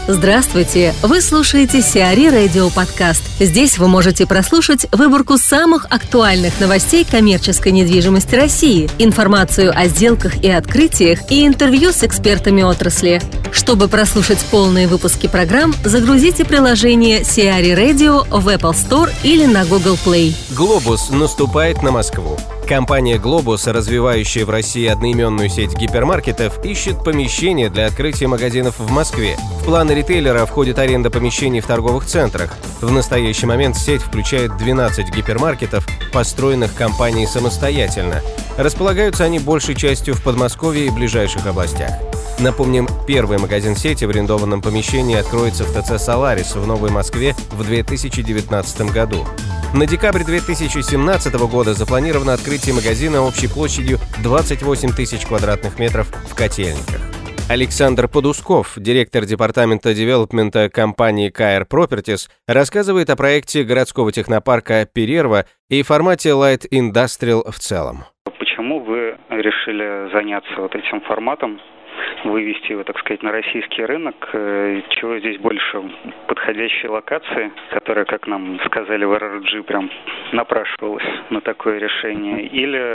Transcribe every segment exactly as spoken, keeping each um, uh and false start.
Здравствуйте! Вы слушаете Сиари Радио Подкаст. Здесь вы можете прослушать выборку самых актуальных новостей коммерческой недвижимости России, информацию о сделках и открытиях и интервью с экспертами отрасли. Чтобы прослушать полные выпуски программ, загрузите приложение Сиари Radio в Apple Store или на Google Play. Глобус наступает на Москву. Компания «Глобус», развивающая в России одноименную сеть гипермаркетов, ищет помещение для открытия магазинов в Москве. В планы ритейлера входит аренда помещений в торговых центрах. В настоящий момент сеть включает двенадцать гипермаркетов, построенных компанией самостоятельно. Располагаются они большей частью в Подмосковье и ближайших областях. Напомним, первый магазин сети в арендованном помещении откроется в ТЦ «Соларис» в Новой Москве в две тысячи девятнадцатом году. На декабрь две тысячи семнадцатого года запланировано открытие магазина общей площадью двадцать восемь тысяч квадратных метров в Котельниках. Александр Подусков, директор департамента девелопмента компании ка эр Properties, рассказывает о проекте городского технопарка «Перерва» и формате Light Industrial в целом. Почему вы решили заняться вот этим форматом? Вывести его, так сказать, на российский рынок? Чего здесь больше? Подходящей локации, которая, как нам сказали в эр эр джи, прям напрашивалась на такое решение?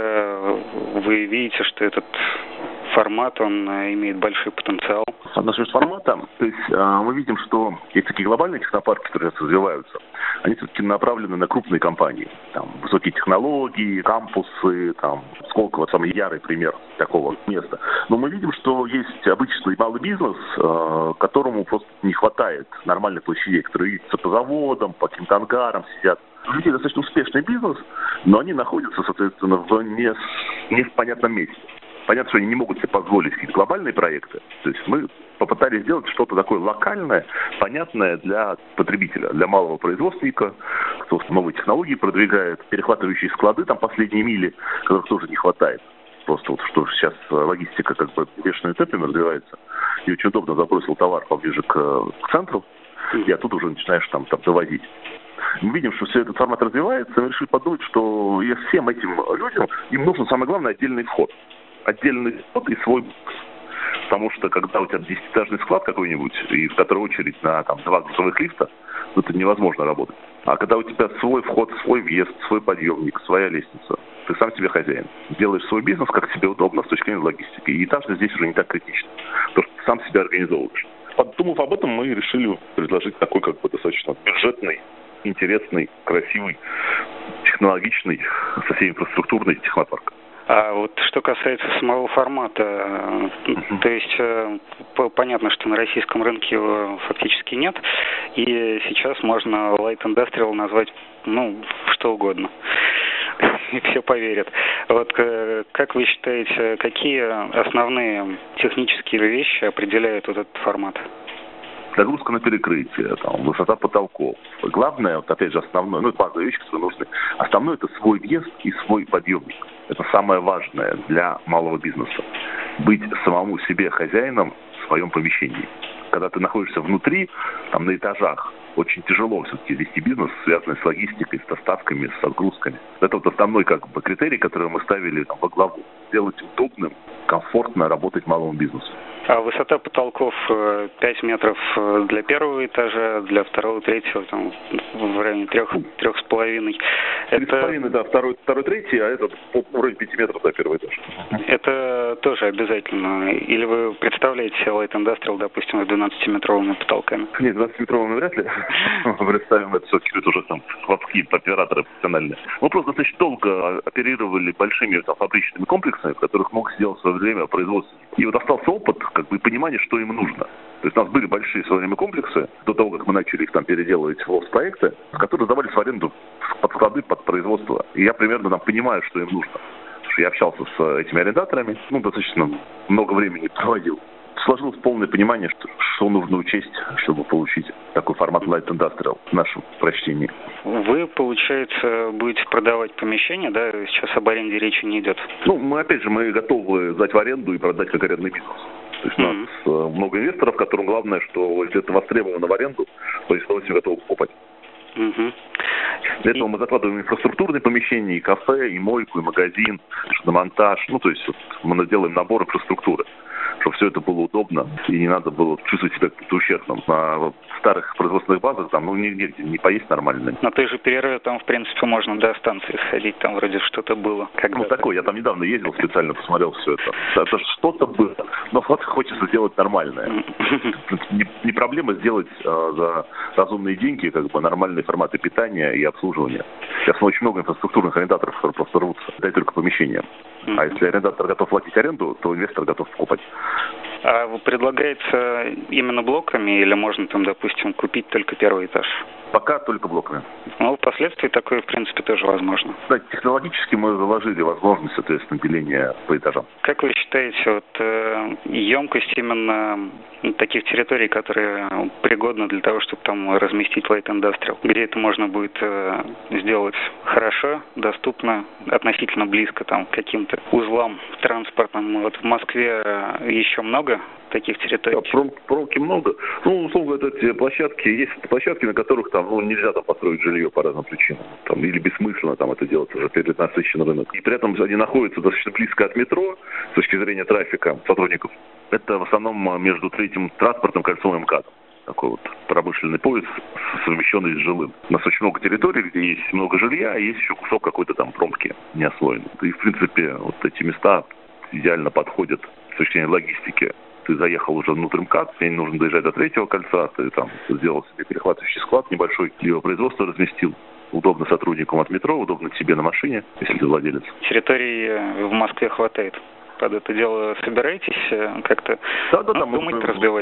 Или вы видите, что этот формат, он имеет большой потенциал? Относительно формата, то есть мы видим, что есть такие глобальные технопарки, которые сейчас развиваются, они все-таки направлены на крупные компании. Там высокие технологии, кампусы, там Сколково, самый ярый пример такого места. Но мы видим, что есть обычный малый бизнес, которому просто не хватает нормальных площадей, которые видятся по заводам, по каким-то ангарам сидят. У людей достаточно успешный бизнес, но они находятся, соответственно, в не, не в понятном месте. Понятно, что они не могут себе позволить какие-то глобальные проекты. То есть мы попытались сделать что-то такое локальное, понятное для потребителя, для малого производственника, кто новые технологии продвигает, перехватывающие склады, там последние мили, которых тоже не хватает. Просто вот что сейчас логистика как бы бешеными темпами развивается, и очень удобно забросил товар поближе к, к центру, и оттуда уже начинаешь там, там довозить. Мы видим, что все этот формат развивается, и мы решили подумать, что всем этим людям им нужен, самое главное, отдельный вход. Отдельный вход и свой бокс. Потому что когда у тебя десятиэтажный склад какой-нибудь, и в которой очередь на там, два грузовых лифта, ну, это невозможно работать. А когда у тебя свой вход, свой въезд, свой подъемник, своя лестница, ты сам себе хозяин. Делаешь свой бизнес, как тебе удобно с точки зрения логистики. И этажность здесь уже не так критично, потому что ты сам себя организовываешь. Подумав об этом, мы решили предложить такой как бы достаточно бюджетный, интересный, красивый, технологичный, со всей инфраструктурной технопарк. А вот что касается самого формата, uh-huh. то есть э, понятно, что на российском рынке его фактически нет, и сейчас можно Light Industrial назвать, ну, что угодно, и все поверят. Вот э, как вы считаете, какие основные технические вещи определяют вот этот формат? Загрузка на перекрытие, там, высота потолков. Главное, вот опять же, основное, ну, это базовые вещи, которые нужны. Основное – это свой въезд и свой подъемник. Это самое важное для малого бизнеса. Быть самому себе хозяином в своем помещении. Когда ты находишься внутри, там, на этажах, очень тяжело все-таки вести бизнес, связанный с логистикой, с доставками, с отгрузками. Это вот основной как бы критерий, который мы ставили там, во главу. Сделать удобным, комфортно работать малому бизнесу. А высота потолков пять метров для первого этажа, для второго, третьего, там, в районе трех, трех с половиной. Три с половиной, да, второй, второй, третий, а этот уровень пяти метров до первого этажа. Это тоже обязательно? Или вы представляете себе Light Industrial, допустим, с двенадцатиметровыми потолками? Нет, двенадцатиметровыми вряд ли. Мы представим, это все-таки это уже там складские операторы профессиональные. Мы просто достаточно долго оперировали большими там, фабричными комплексами, в которых мог сделать в свое время производство. И вот остался опыт, как бы понимание, что им нужно. То есть у нас были большие в свое время комплексы, до того, как мы начали их там переделывать в проекты, которые сдавались в аренду под склады, под производство. И я примерно там понимаю, что им нужно. Потому что я общался с этими арендаторами, ну, достаточно много времени проводил. Сложилось полное понимание, что, что нужно учесть, чтобы получить такой формат Light Industrial в нашем прочтении. Вы, получается, будете продавать помещение, да? Сейчас об аренде речи не идет. Ну, мы, опять же, мы готовы сдать в аренду и продать как арендный бизнес. То есть mm-hmm. у нас много инвесторов, которым главное, что если это востребовано в аренду, то есть все готовы покупать. Mm-hmm. Для этого мы закладываем инфраструктурные помещения, и кафе, и мойку, и магазин, шиномонтаж. Ну, то есть вот, мы делаем набор инфраструктуры. чтобы все это было удобно и не надо было чувствовать себя как-то ущербным. На старых производственных базах там, ну, нигде не поесть нормально. На той же перерыве там, в принципе, можно до станции сходить, там вроде что-то было. Ну, такое, я там недавно ездил, специально посмотрел все это. Это что-то было, но вот хочется сделать нормальное. Не, не проблема сделать а, за разумные деньги как бы нормальные форматы питания и обслуживания. Сейчас очень много инфраструктурных арендаторов, которые просто рвутся. Дай только помещение. А если арендатор готов платить аренду, то инвестор готов покупать. А предлагается именно блоками или можно там, допустим, купить только первый этаж? Пока только блоками. Ну, впоследствии такое, в принципе, тоже возможно. Да, технологически мы заложили возможность, соответственно, деления по этажам. Как вы считаете, вот э, емкость именно таких территорий, которые пригодны для того, чтобы там разместить Light Industrial, где это можно будет э, сделать хорошо, доступно, относительно близко там к каким-то узлам транспортным? Вот в Москве еще много таких территорий? Да, пром, промки много. Ну, условно говоря, эти площадки, есть площадки, на которых там, ну, нельзя там построить жилье по разным причинам. Там, или бессмысленно там это делать уже перед насыщенный рынок. И при этом они находятся достаточно близко от метро с точки зрения трафика сотрудников. Это в основном между третьим транспортным кольцом и МКАДом. Такой вот промышленный пояс, совмещенный с жилым. У нас очень много территорий, где есть много жилья, а есть еще кусок какой-то там промки не освоен. И, в принципе, вот эти места идеально подходят с точки зрения логистики. Ты заехал уже внутрь МКАД, тебе не нужно доезжать до третьего кольца, ты там сделал себе перехватывающий склад небольшой, его производство разместил. Удобно сотрудникам от метро, удобно тебе на машине, если ты владелец. Территории в Москве хватает. Под это дело собираетесь как-то да, да, да, думать, мы, разбивать?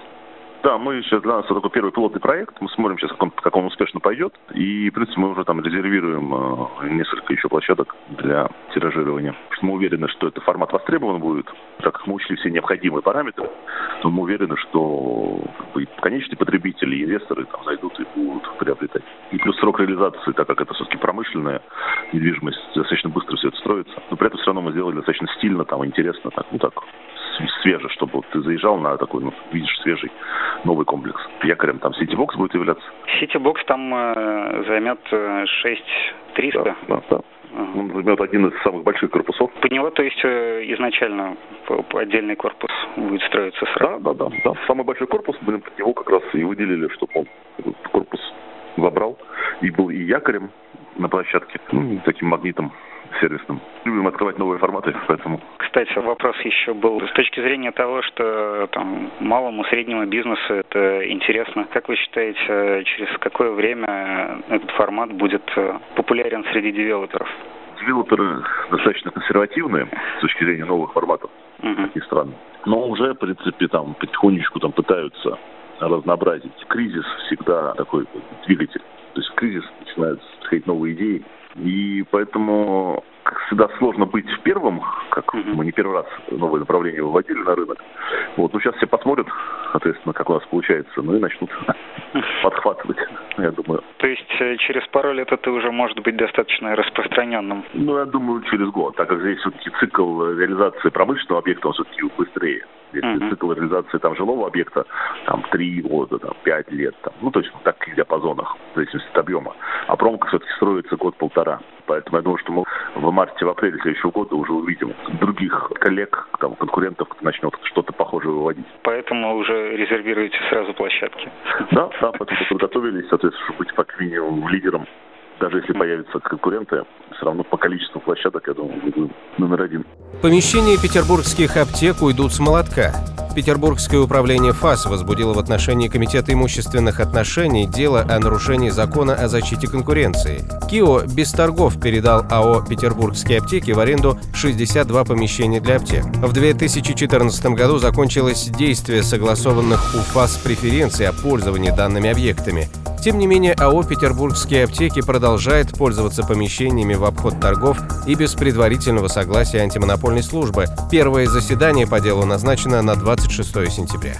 Да, мы сейчас, для нас это такой первый пилотный проект, мы смотрим сейчас, как он, как он успешно пойдет, и, в принципе, мы уже там резервируем э, несколько еще площадок для тиражирования. Потому что мы уверены, что этот формат востребован будет, так как мы учли все необходимые параметры, то мы уверены, что как бы, конечные потребители и инвесторы там зайдут и будут приобретать. И плюс срок реализации, так как это все-таки промышленная недвижимость, достаточно быстро все это строится, но при этом все равно мы сделали достаточно стильно, там, интересно, так, ну так, свеже, чтобы вот ты заезжал на такой, ну, видишь, свежий новый комплекс. Якорем там Ситибокс будет являться. Ситибокс там э, займет шесть тысяч триста? Да, да, да. Uh-huh. Он займет один из самых больших корпусов. По него, то есть, э, изначально отдельный корпус будет строиться сразу? Да, да, да. да. Самый большой корпус, блин, под него как раз и выделили, чтобы он этот корпус забрал. И был и якорем на площадке, ну, таким магнитом сервисным. Любим открывать новые форматы, поэтому... Кстати, вопрос еще был с точки зрения того, что там малому, среднему бизнесу это интересно. Как вы считаете, через какое время этот формат будет популярен среди девелоперов? Девелоперы достаточно консервативные с точки зрения новых форматов, uh-huh. как ни странно. Но уже, в принципе, там потихонечку там пытаются разнообразить. Кризис всегда такой двигатель. То есть в кризис начинают приходить новые идеи. И поэтому, как всегда, сложно быть первым, как mm-hmm. мы не первый раз новое направление выводили на рынок. Вот, ну сейчас все посмотрят, соответственно, как у нас получается, ну и начнут подхватывать, я думаю. То есть через пару лет это уже может быть достаточно распространенным? Ну, я думаю, через год, так как здесь все-таки цикл реализации промышленного объекта, он все-таки быстрее. Если uh-huh. цикл реализации там жилого объекта, там три года, там пять лет, там, ну, то есть в таких диапазонах, в зависимости от объема. А промка все-таки строится год-полтора. Поэтому я думаю, что мы в марте, в апреле следующего года уже увидим других коллег, там, конкурентов, кто начнет что-то похожее выводить. Поэтому уже резервируете сразу площадки? Да, да, поэтому подготовились, соответственно, чтобы быть как минимум лидером. Даже если появятся конкуренты, все равно по количеству площадок, я думаю, мы будем номер один. Помещения петербургских аптек уйдут с молотка. Петербургское управление ФАС возбудило в отношении Комитета имущественных отношений дело о нарушении закона о защите конкуренции. КИО без торгов передал АО «Петербургские аптеки» в аренду шестьдесят два помещения для аптек. В две тысячи четырнадцатом году закончилось действие согласованных у ФАС преференций о пользовании данными объектами. Тем не менее, АО «Петербургские аптеки» продолжает пользоваться помещениями в обход торгов и без предварительного согласия антимонопольной службы. Первое заседание по делу назначено на двадцать шестое сентября.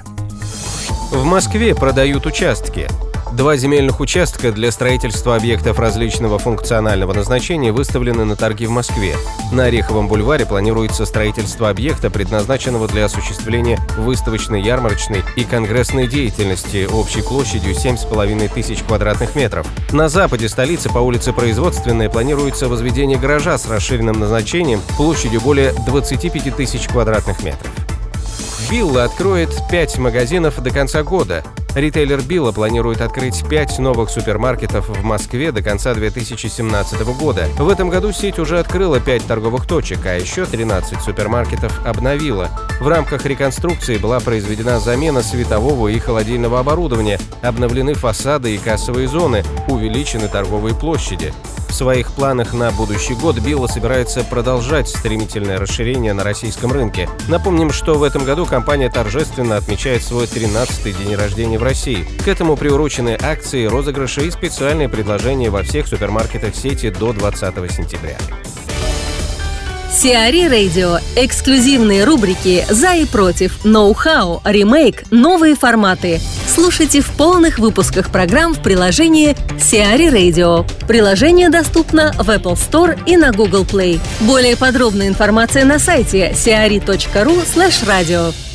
В Москве продают участки. Два земельных участка для строительства объектов различного функционального назначения выставлены на торги в Москве. На Ореховом бульваре планируется строительство объекта, предназначенного для осуществления выставочной, ярмарочной и конгрессной деятельности общей площадью семь с половиной тысяч квадратных метров. На западе столицы по улице Производственная планируется возведение гаража с расширенным назначением площадью более двадцати пяти тысяч квадратных метров. Билла откроет пять магазинов до конца года. Ритейлер Билла планирует открыть пять новых супермаркетов в Москве до конца две тысячи семнадцатого года. В этом году сеть уже открыла пять торговых точек, а еще тринадцать супермаркетов обновила. В рамках реконструкции была произведена замена светового и холодильного оборудования, обновлены фасады и кассовые зоны, увеличены торговые площади. В своих планах на будущий год Билла собирается продолжать стремительное расширение на российском рынке. Напомним, что в этом году компания торжественно отмечает свой тринадцатый день рождения в России. К этому приурочены акции, розыгрыши и специальные предложения во всех супермаркетах сети до двадцатого сентября. Сиари Radio. Эксклюзивные рубрики «За и против», «Ноу-хау», «Ремейк», «Новые форматы». Слушайте в полных выпусках программ в приложении Сиари Radio. Приложение доступно в Apple Store и на Google Play. Более подробная информация на сайте сиари точка ру слэш радио.